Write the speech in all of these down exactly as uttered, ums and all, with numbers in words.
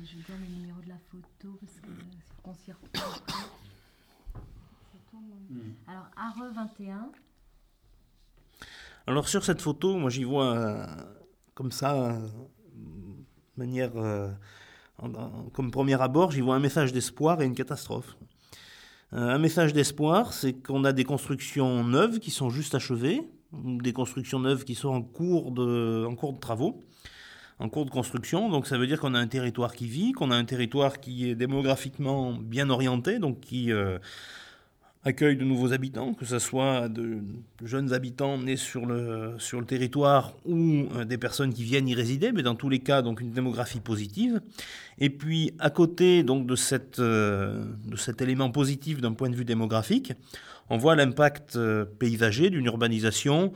je donne le numéro de la photo parce que c'est qu'on s'y retrouve. Alors, Areux vingt et un. Alors sur cette photo, moi j'y vois euh, comme ça, euh, de manière, euh, en, en, comme premier abord, j'y vois un message d'espoir et une catastrophe. Euh, un message d'espoir, c'est qu'on a des constructions neuves qui sont juste achevées, des constructions neuves qui sont en cours de, en cours de travaux, en cours de construction. Donc ça veut dire qu'on a un territoire qui vit, qu'on a un territoire qui est démographiquement bien orienté, donc qui euh, accueille de nouveaux habitants, que ce soit de jeunes habitants nés sur le, sur le territoire ou euh, des personnes qui viennent y résider, mais dans tous les cas, donc une démographie positive. Et puis, à côté donc, de, cette, euh, de cet élément positif d'un point de vue démographique, on voit l'impact euh, paysager d'une urbanisation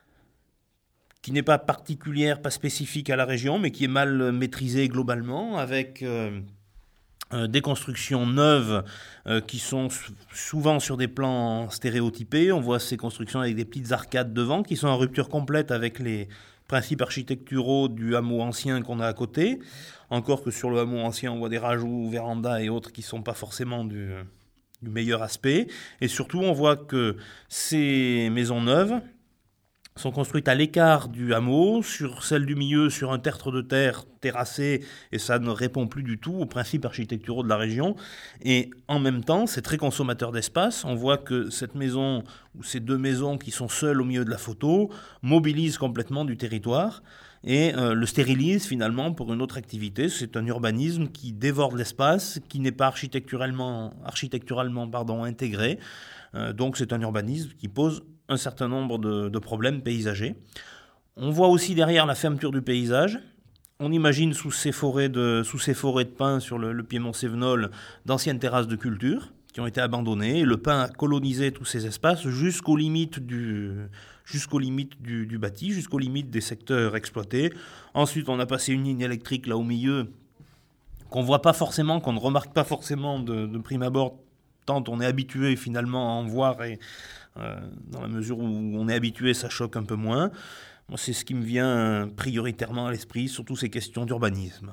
qui n'est pas particulière, pas spécifique à la région, mais qui est mal maîtrisée globalement, avec Euh, Euh, des constructions neuves euh, qui sont souvent sur des plans stéréotypés. On voit ces constructions avec des petites arcades devant qui sont en rupture complète avec les principes architecturaux du hameau ancien qu'on a à côté. Encore que sur le hameau ancien, on voit des rajouts, vérandas et autres qui ne sont pas forcément du, du meilleur aspect. Et surtout, on voit que ces maisons neuves sont construites à l'écart du hameau, sur celle du milieu, sur un tertre de terre terrassé, et ça ne répond plus du tout aux principes architecturaux de la région. Et en même temps, c'est très consommateur d'espace. On voit que cette maison, ou ces deux maisons qui sont seules au milieu de la photo, mobilisent complètement du territoire et euh, le stérilisent finalement pour une autre activité. C'est un urbanisme qui dévore l'espace, qui n'est pas architecturalement, architecturalement pardon, intégré. Euh, donc c'est un urbanisme qui pose un certain nombre de, de problèmes paysagers. On voit aussi derrière la fermeture du paysage. On imagine sous ces forêts de, sous ces forêts de pins sur le, le piémont Cévenol d'anciennes terrasses de culture qui ont été abandonnées. Et le pin a colonisé tous ces espaces jusqu'aux limites du, jusqu'aux limites du, du bâti, jusqu'aux limites des secteurs exploités. Ensuite, on a passé une ligne électrique là au milieu qu'on ne voit pas forcément, qu'on ne remarque pas forcément de, de prime abord, tant on est habitué finalement à en voir et Euh, dans la mesure où on est habitué, ça choque un peu moins. Moi, c'est ce qui me vient prioritairement à l'esprit, surtout ces questions d'urbanisme.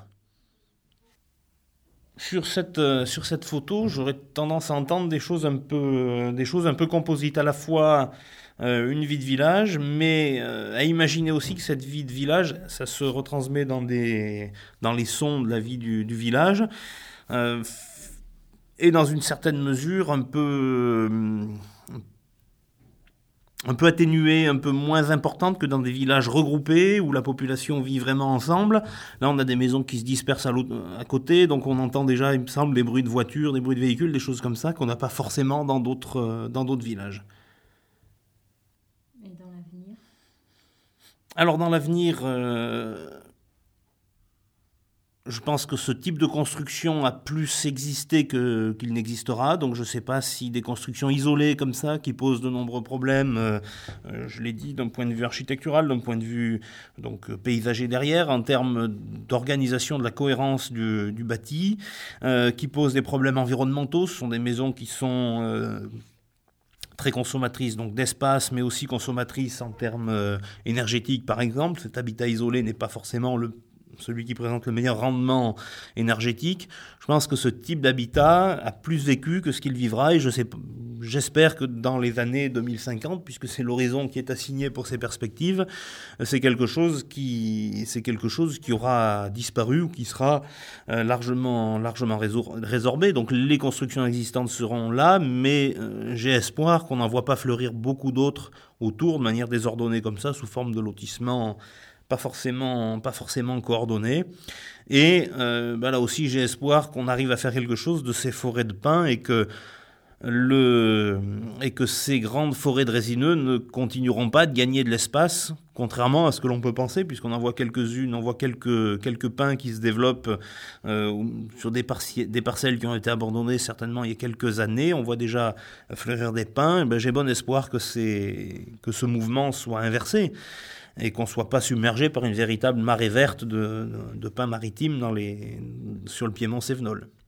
Sur cette, euh, sur cette photo, j'aurais tendance à entendre des choses un peu, des choses un peu composites, à la fois euh, une vie de village, mais euh, à imaginer aussi que cette vie de village, ça se retransmet dans, des, dans les sons de la vie du, du village, euh, et dans une certaine mesure un peu... Euh, un peu atténuée, un peu moins importante que dans des villages regroupés où la population vit vraiment ensemble. Là, on a des maisons qui se dispersent à, à côté, donc on entend déjà, il me semble, des bruits de voitures, des bruits de véhicules, des choses comme ça qu'on n'a pas forcément dans d'autres, euh, dans d'autres villages. Et dans l'avenir ? Alors, dans l'avenir... Euh Je pense que ce type de construction a plus existé que, qu'il n'existera, donc je ne sais pas si des constructions isolées comme ça, qui posent de nombreux problèmes, euh, je l'ai dit, d'un point de vue architectural, d'un point de vue donc, paysager derrière, en termes d'organisation de la cohérence du, du bâti, euh, qui posent des problèmes environnementaux. Ce sont des maisons qui sont... Euh, très consommatrice donc d'espace, mais aussi consommatrice en termes euh, énergétiques, par exemple. Cet habitat isolé n'est pas forcément le celui qui présente le meilleur rendement énergétique. Je pense que ce type d'habitat a plus vécu que ce qu'il vivra, et je sais, j'espère que dans les années deux mille cinquante, puisque c'est l'horizon qui est assigné pour ces perspectives, c'est quelque chose qui, c'est quelque chose qui aura disparu ou qui sera largement, largement résorbé. Donc les constructions existantes seront là, mais j'ai espoir qu'on n'en voit pas fleurir beaucoup d'autres autour de manière désordonnée comme ça, sous forme de lotissement pas forcément, pas forcément coordonné. Et euh, bah là aussi, j'ai espoir qu'on arrive à faire quelque chose de ces forêts de pins et que, le, et que ces grandes forêts de résineux ne continueront pas de gagner de l'espace, contrairement à ce que l'on peut penser, puisqu'on en voit quelques-unes, on voit quelques, quelques pins qui se développent euh, sur des, parci- des parcelles qui ont été abandonnées certainement il y a quelques années. On voit déjà fleurir des pins. Et ben, j'ai bon espoir que, c'est, que ce mouvement soit inversé, et qu'on ne soit pas submergé par une véritable marée verte de, de, de pins maritimes dans les, sur le piémont Cévenol.